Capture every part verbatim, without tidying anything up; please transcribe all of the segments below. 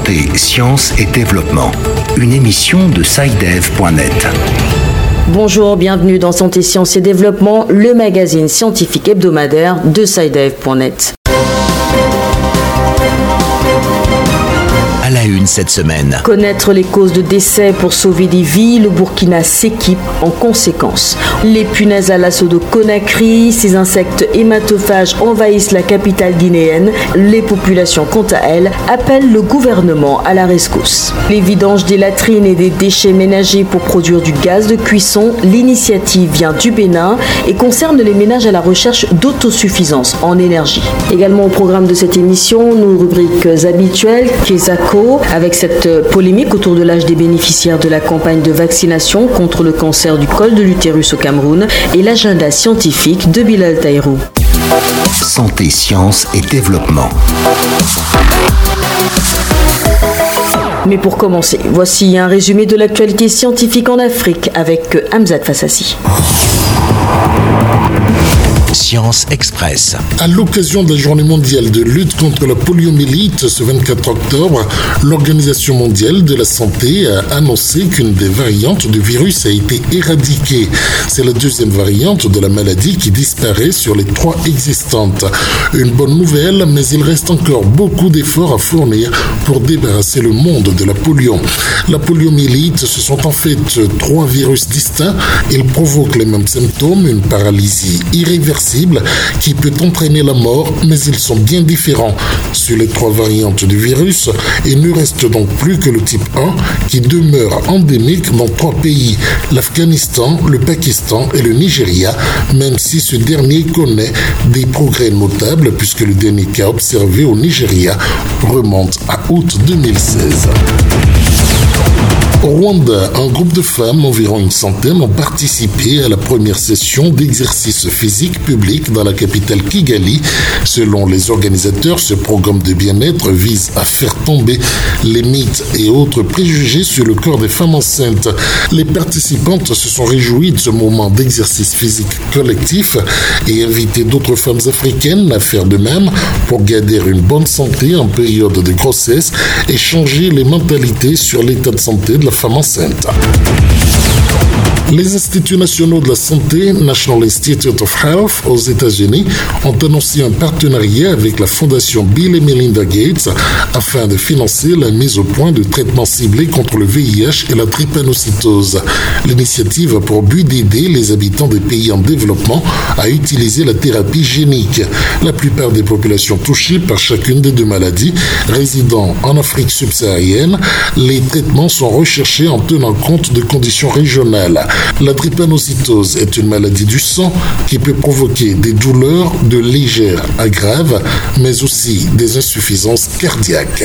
Santé, sciences et développement, une émission de SciDev point net. Bonjour, bienvenue dans Santé, sciences et développement, le magazine scientifique hebdomadaire de SciDev point net. À la une cette semaine. Connaître les causes de décès pour sauver des vies, le Burkina s'équipe en conséquence. Les punaises à l'assaut de Conakry, ces insectes hématophages envahissent la capitale guinéenne. Les populations, quant à elles, appellent le gouvernement à la rescousse. Les vidanges des latrines et des déchets ménagers pour produire du gaz de cuisson, l'initiative vient du Bénin et concerne les ménages à la recherche d'autosuffisance en énergie. Également au programme de cette émission, nos rubriques habituelles, Kesako, avec cette polémique autour de l'âge des bénéficiaires de la campagne de vaccination contre le cancer du col de l'utérus au Cameroun et l'agenda scientifique de Bilal Taïrou. Santé, sciences et développement. Mais pour commencer, voici un résumé de l'actualité scientifique en Afrique avec Hamzat Fassassi. Science Express. À l'occasion de la journée mondiale de lutte contre la poliomyélite ce vingt-quatre octobre, l'Organisation mondiale de la santé a annoncé qu'une des variantes du virus a été éradiquée. C'est la deuxième variante de la maladie qui disparaît sur les trois existantes. Une bonne nouvelle, mais il reste encore beaucoup d'efforts à fournir pour débarrasser le monde de la polio. La poliomyélite, ce sont en fait trois virus distincts. Ils provoquent les mêmes symptômes, une paralysie irréversible qui peut entraîner la mort, mais ils sont bien différents. Sur les trois variantes du virus, il ne reste donc plus que le type un qui demeure endémique dans trois pays, l'Afghanistan, le Pakistan et le Nigeria, même si ce dernier connaît des progrès notables puisque le dernier cas observé au Nigeria remonte à août deux mille seize. Au Rwanda, un groupe de femmes, environ une centaine, ont participé à la première session d'exercice physique public dans la capitale Kigali. Selon les organisateurs, ce programme de bien-être vise à faire tomber les mythes et autres préjugés sur le corps des femmes enceintes. Les participantes se sont réjouies de ce moment d'exercice physique collectif et invité d'autres femmes africaines à faire de même pour garder une bonne santé en période de grossesse et changer les mentalités sur l'état de santé de la femme enceinte. Les instituts nationaux de la santé, National Institute of Health, aux États-Unis, ont annoncé un partenariat avec la fondation Bill et Melinda Gates afin de financer la mise au point de traitements ciblés contre le V I H et la drépanocytose. L'initiative a pour but d'aider les habitants des pays en développement à utiliser la thérapie génique. La plupart des populations touchées par chacune des deux maladies résidant en Afrique subsaharienne, les traitements sont recherchés en tenant compte de conditions régionales. La drépanocytose est une maladie du sang qui peut provoquer des douleurs de légère à grave, mais aussi des insuffisances cardiaques.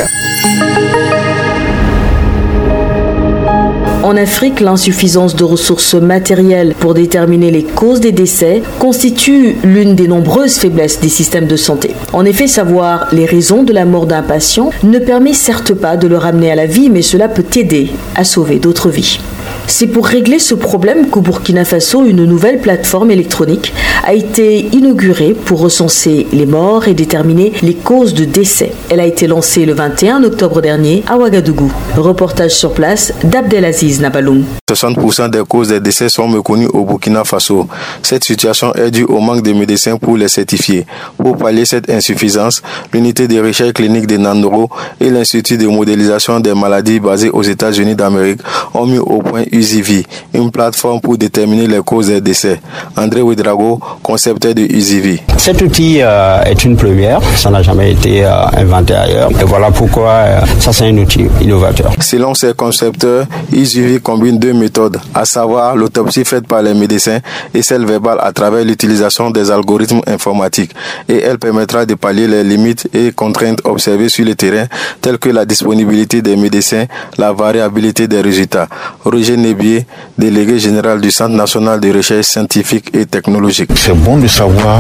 En Afrique, l'insuffisance de ressources matérielles pour déterminer les causes des décès constitue l'une des nombreuses faiblesses des systèmes de santé. En effet, savoir les raisons de la mort d'un patient ne permet certes pas de le ramener à la vie, mais cela peut aider à sauver d'autres vies. C'est pour régler ce problème qu'au Burkina Faso, une nouvelle plateforme électronique a été inaugurée pour recenser les morts et déterminer les causes de décès. Elle a été lancée le vingt et un octobre dernier à Ouagadougou. Reportage sur place d'Abdelaziz Nabaloum. soixante pour cent des causes des décès sont méconnues au Burkina Faso. Cette situation est due au manque de médecins pour les certifier. Pour pallier cette insuffisance, l'unité de recherche clinique de Nandoro et l'Institut de modélisation des maladies basé aux États-Unis d'Amérique ont mis au point U Z I V, une plateforme pour déterminer les causes des décès. André Ouedraogo, concepteur de U Z I V. Cet outil euh, est une première, ça n'a jamais été euh, inventé ailleurs. Et voilà pourquoi euh, ça c'est un outil innovateur. Selon ces concepteurs, U Z I V combine deux méthodes, à savoir l'autopsie faite par les médecins et celle verbale à travers l'utilisation des algorithmes informatiques. Et elle permettra de pallier les limites et contraintes observées sur le terrain, telles que la disponibilité des médecins, la variabilité des résultats. Roger Nebier, délégué général du Centre national de recherche scientifique et technologique. C'est bon de savoir quelles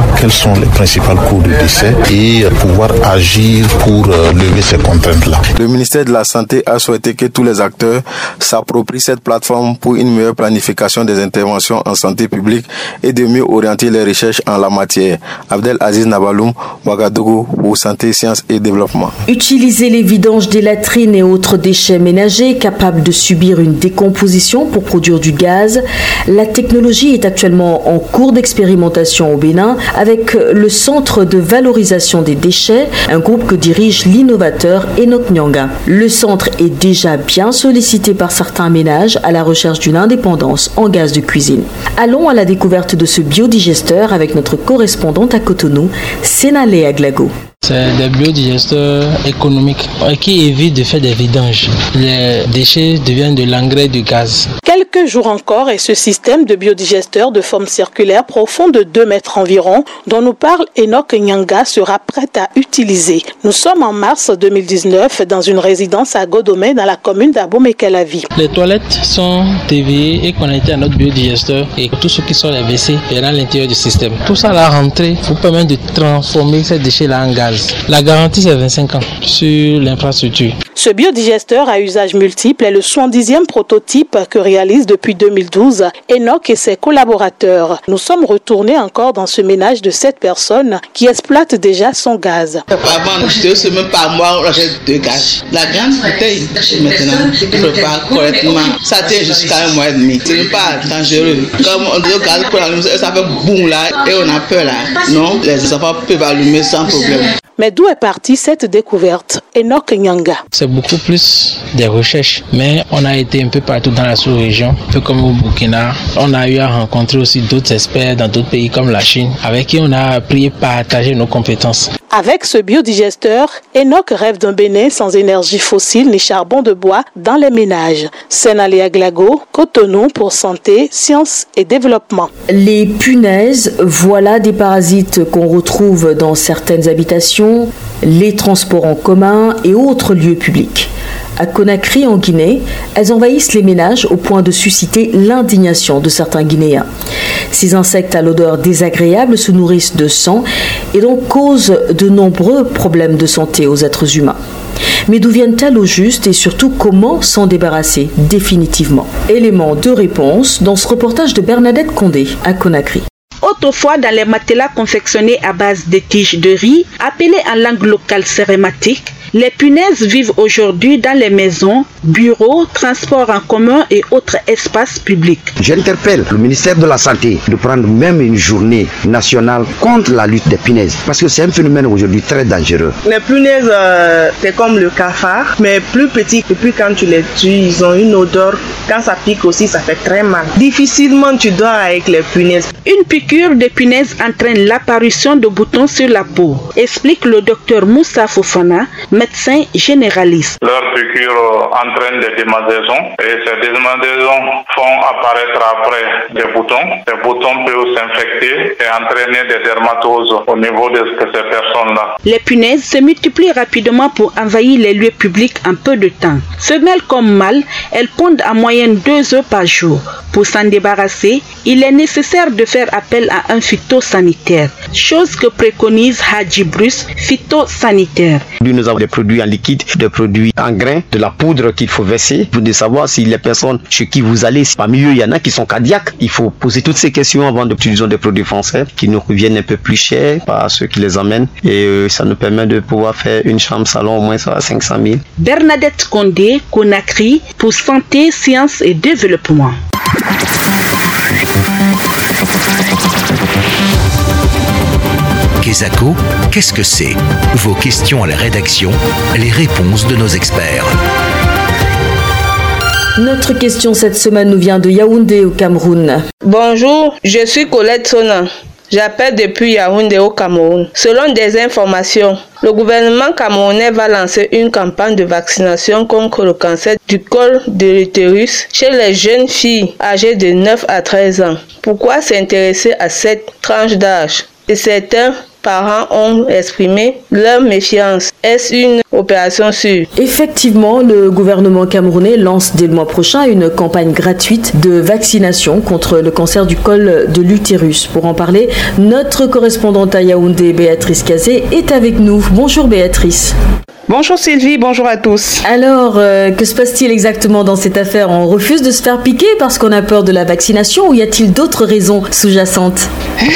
sont les principales causes de décès et pouvoir agir pour lever ces contraintes-là. Le ministère de la Santé a souhaité que tous les acteurs s'approprient cette plateforme pour une meilleure planification des interventions en santé publique et de mieux orienter les recherches en la matière. Abdel Aziz Nabaloum, Ouagadougou, pour Santé, Sciences et Développement. Utiliser les vidanges des latrines et autres déchets ménagers capables de subir une décomposition pour produire du gaz. La technologie est actuellement en cours d'expérimentation au Bénin avec le Centre de valorisation des déchets, un groupe que dirige l'innovateur Enoch Nyanga. Le centre est déjà bien sollicité par certains ménages à la recherche d'une indépendance en gaz de cuisine. Allons à la découverte de ce biodigesteur avec notre correspondante à Cotonou, Sénalé Aglago. C'est des biodigesteurs économiques qui évitent de faire des vidanges. Les déchets deviennent de l'engrais du gaz. Quelques jours encore et ce système de biodigesteurs de forme circulaire profond de deux mètres environ, dont nous parle Enoch Nyanga, sera prêt à utiliser. Nous sommes en mars deux mille dix-neuf dans une résidence à Godomé dans la commune d'Abomey-Calavi. Les toilettes sont éveillées et connectées à notre biodigesteur et tout ce qui sort des W C est dans l'intérieur du système. Tout ça à la rentrée vous permet de transformer ces déchets-là en gaz. La garantie c'est vingt-cinq ans sur l'infrastructure. Ce biodigesteur à usage multiple est le soixante-dixième prototype que réalise depuis deux mille douze Enoch et ses collaborateurs. Nous sommes retournés encore dans ce ménage de sept personnes qui exploitent déjà son gaz. Avant, deux semaines par mois, on achète deux gaz. La grande bouteille, maintenant, je prépare correctement. Ça tient jusqu'à un mois et demi. Ce n'est pas dangereux. Comme on dit au gaz, ça fait boum là et on a peur là. Non, les enfants peuvent allumer sans problème. Mais d'où est partie cette découverte? Enoch Nyanga. C'est beaucoup plus des recherches, mais on a été un peu partout dans la sous-région, un peu comme au Burkina. On a eu à rencontrer aussi d'autres experts dans d'autres pays comme la Chine, avec qui on a appris à partager nos compétences. Avec ce biodigesteur, Enoch rêve d'un Bénin sans énergie fossile ni charbon de bois dans les ménages. Sénalé Aglago, Cotonou pour Santé, Sciences et Développement. Les punaises, voilà des parasites qu'on retrouve dans certaines habitations, les transports en commun et autres lieux publics. À Conakry, en Guinée, elles envahissent les ménages au point de susciter l'indignation de certains Guinéens. Ces insectes à l'odeur désagréable se nourrissent de sang et donc causent de nombreux problèmes de santé aux êtres humains. Mais d'où viennent-elles au juste et surtout comment s'en débarrasser définitivement? Élément de réponse dans ce reportage de Bernadette Condé à Conakry. Autrefois, dans les matelas confectionnés à base de tiges de riz, appelés en langue locale cérématique, les punaises vivent aujourd'hui dans les maisons, bureaux, transports en commun et autres espaces publics. J'interpelle le ministère de la Santé de prendre même une journée nationale contre la lutte des punaises, parce que c'est un phénomène aujourd'hui très dangereux. Les punaises, euh, c'est comme le cafard, mais plus petit. Et puis quand tu les tues, ils ont une odeur. Quand ça pique aussi, ça fait très mal. Difficilement tu dors avec les punaises. Une piqûre de punaise entraîne l'apparition de boutons sur la peau, explique le docteur Moussa Fofana, médecin généraliste. Leur piqûre entraîne des démangeaisons et ces démangeaisons font apparaître après des boutons. Ces boutons peuvent s'infecter et entraîner des dermatoses au niveau de ces personnes-là. Les punaises se multiplient rapidement pour envahir les lieux publics en peu de temps. Femelles comme mâles, elles pondent en moyenne deux œufs par jour. Pour s'en débarrasser, il est nécessaire de faire appel à un phytosanitaire, chose que préconise Hadji Bruce, phytosanitaire. Nous avons des produits en liquide, des produits en grains, de la poudre qu'il faut verser pour savoir si les personnes chez qui vous allez, parmi eux, il y en a qui sont cardiaques. Il faut poser toutes ces questions avant d'utiliser des produits français qui nous reviennent un peu plus chers par ceux qui les amènent et euh, ça nous permet de pouvoir faire une chambre salon au moins à cinq cent mille. Bernadette Condé, Conakry, pour Santé, Sciences et Développement. Kesako, qu'est-ce que c'est? Vos questions à la rédaction, les réponses de nos experts. Notre question cette semaine nous vient de Yaoundé au Cameroun. Bonjour, je suis Colette Sona. J'appelle depuis Yaoundé au Cameroun. Selon des informations, le gouvernement camerounais va lancer une campagne de vaccination contre le cancer du col de l'utérus chez les jeunes filles âgées de neuf à treize ans. Pourquoi s'intéresser à cette tranche d'âge? Et certains parents ont exprimé leur méfiance. Est-ce une opération sûre? Effectivement, le gouvernement camerounais lance dès le mois prochain une campagne gratuite de vaccination contre le cancer du col de l'utérus. Pour en parler, notre correspondante à Yaoundé, Béatrice Kazé, est avec nous. Bonjour Béatrice. Bonjour Sylvie, bonjour à tous. Alors, euh, que se passe-t-il exactement dans cette affaire? On refuse de se faire piquer parce qu'on a peur de la vaccination ou y a-t-il d'autres raisons sous-jacentes?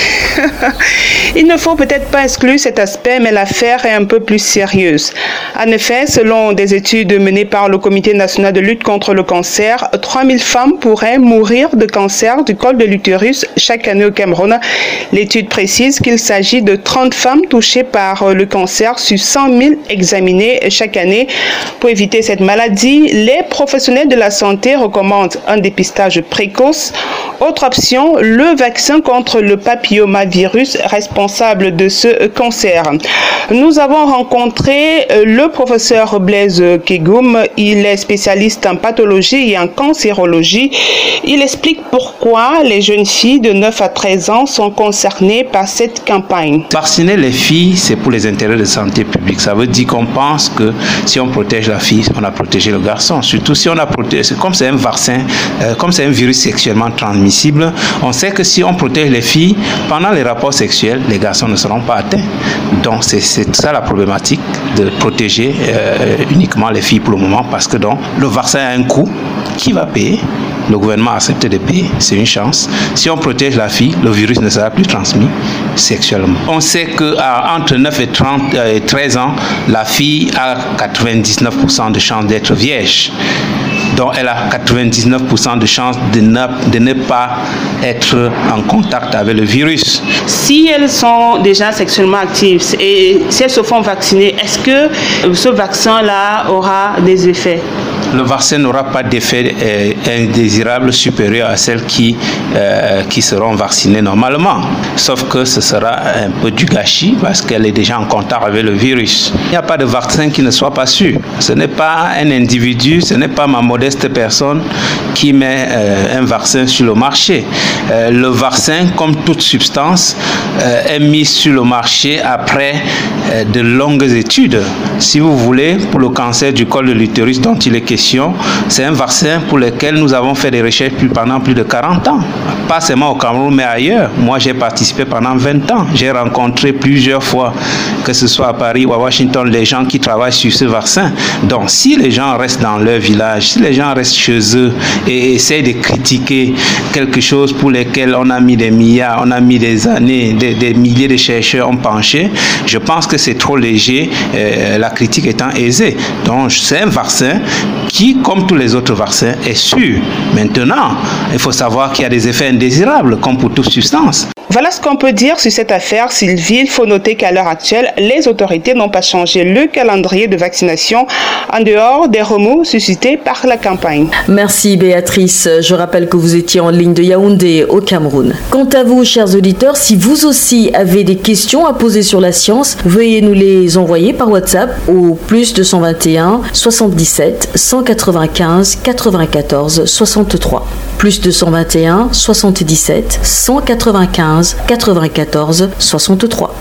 Il ne faut peut-être pas exclure cet aspect, mais l'affaire est un peu plus sérieuse. En effet, selon des études menées par le Comité national de lutte contre le cancer, trois mille femmes pourraient mourir de cancer du col de l'utérus chaque année au Cameroun. L'étude précise qu'il s'agit de trente femmes touchées par le cancer sur cent mille examinées chaque année. Pour éviter cette maladie, les professionnels de la santé recommandent un dépistage précoce. Autre option, le vaccin contre le papillomavirus responsable de ce cancer. Nous avons rencontré le professeur Blaise Kegoum. Il est spécialiste en pathologie et en cancérologie. Il explique pourquoi les jeunes filles de neuf à treize ans sont concernées par cette campagne. Vacciner les filles, c'est pour les intérêts de santé publique. Ça veut dire qu'on pense que si on protège la fille, on a protégé le garçon. Surtout si on a protégé, comme c'est un vaccin, euh, comme c'est un virus sexuellement transmissible, on sait que si on protège les filles, pendant les rapports sexuels, les garçons ne seront pas atteints. Donc c'est, c'est ça la problématique de protéger euh, uniquement les filles pour le moment, parce que donc, le vaccin a un coût. Qui va payer? Le gouvernement a accepté de payer, c'est une chance. Si on protège la fille, le virus ne sera plus transmis sexuellement. On sait qu'entre neuf et trente et treize ans, la fille a quatre-vingt-dix-neuf pour cent de chances d'être vierge. Donc elle a quatre-vingt-dix-neuf pour cent de chances de ne, de ne pas être en contact avec le virus. Si elles sont déjà sexuellement actives et si elles se font vacciner, est-ce que ce vaccin-là aura des effets? Le vaccin n'aura pas d'effet euh, indésirable supérieur à celles qui, euh, qui seront vaccinées normalement. Sauf que ce sera un peu du gâchis parce qu'elle est déjà en contact avec le virus. Il n'y a pas de vaccin qui ne soit pas sûr. Ce n'est pas un individu, ce n'est pas ma modeste personne qui met euh, un vaccin sur le marché. Euh, le vaccin, comme toute substance, euh, est mis sur le marché après euh, de longues études. Si vous voulez, pour le cancer du col de l'utérus dont il est question, c'est un vaccin pour lequel nous avons fait des recherches pendant plus de quarante ans. Pas seulement au Cameroun, mais ailleurs. Moi, j'ai participé pendant vingt ans. J'ai rencontré plusieurs fois, que ce soit à Paris ou à Washington, les gens qui travaillent sur ce vaccin. Donc, si les gens restent dans leur village, si les gens restent chez eux et essayent de critiquer quelque chose pour lequel on a mis des milliards, on a mis des années, des, des milliers de chercheurs ont penché, je pense que c'est trop léger, euh, la critique étant aisée. Donc, c'est un vaccin qui, comme tous les autres vaccins, est sûr. Maintenant, il faut savoir qu'il y a des effets indésirables, comme pour toute substance. Voilà ce qu'on peut dire sur cette affaire, Sylvie. Il faut noter qu'à l'heure actuelle, les autorités n'ont pas changé le calendrier de vaccination en dehors des remous suscités par la campagne. Merci Béatrice. Je rappelle que vous étiez en ligne de Yaoundé au Cameroun. Quant à vous, chers auditeurs, si vous aussi avez des questions à poser sur la science, veuillez nous les envoyer par WhatsApp au plus deux cent vingt et un soixante-dix-sept cent quatre-vingt-quinze quatre-vingt-quatorze soixante-trois. Plus deux cent vingt et un soixante-dix-sept cent quatre-vingt-quinze quatre-vingt-quatorze soixante-trois.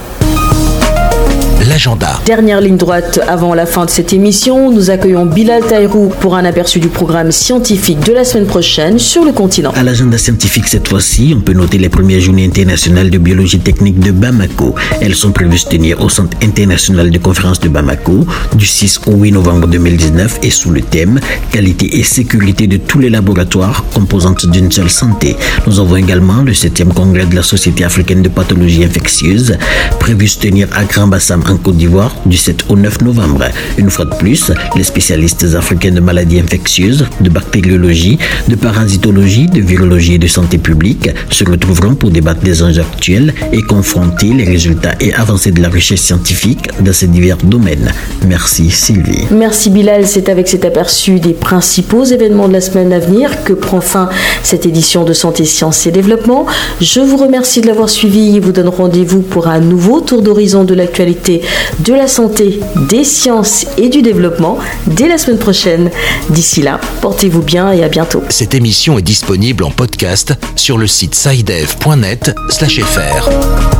L'agenda. Dernière ligne droite avant la fin de cette émission, nous accueillons Bilal Taïrou pour un aperçu du programme scientifique de la semaine prochaine sur le continent. À l'agenda scientifique cette fois-ci, on peut noter les premières journées internationales de biologie technique de Bamako. Elles sont prévues se tenir au Centre international de conférences de Bamako du six au huit novembre deux mille dix-neuf et sous le thème qualité et sécurité de tous les laboratoires composantes d'une seule santé. Nous avons également le septième congrès de la Société africaine de pathologie infectieuse prévu se tenir à Grand Bassam en Côte d'Ivoire du sept au neuf novembre. Une fois de plus, les spécialistes africains de maladies infectieuses, de bactériologie, de parasitologie, de virologie et de santé publique se retrouveront pour débattre des enjeux actuels et confronter les résultats et avancées de la recherche scientifique dans ces divers domaines. Merci Sylvie. Merci Bilal, c'est avec cet aperçu des principaux événements de la semaine à venir que prend fin cette édition de Santé, Sciences et Développement. Je vous remercie de l'avoir suivi et vous donne rendez-vous pour un nouveau tour d'horizon de l'actualité de la santé, des sciences et du développement dès la semaine prochaine. D'ici là, portez-vous bien et à bientôt. Cette émission est disponible en podcast sur le site scidev point net slash f r.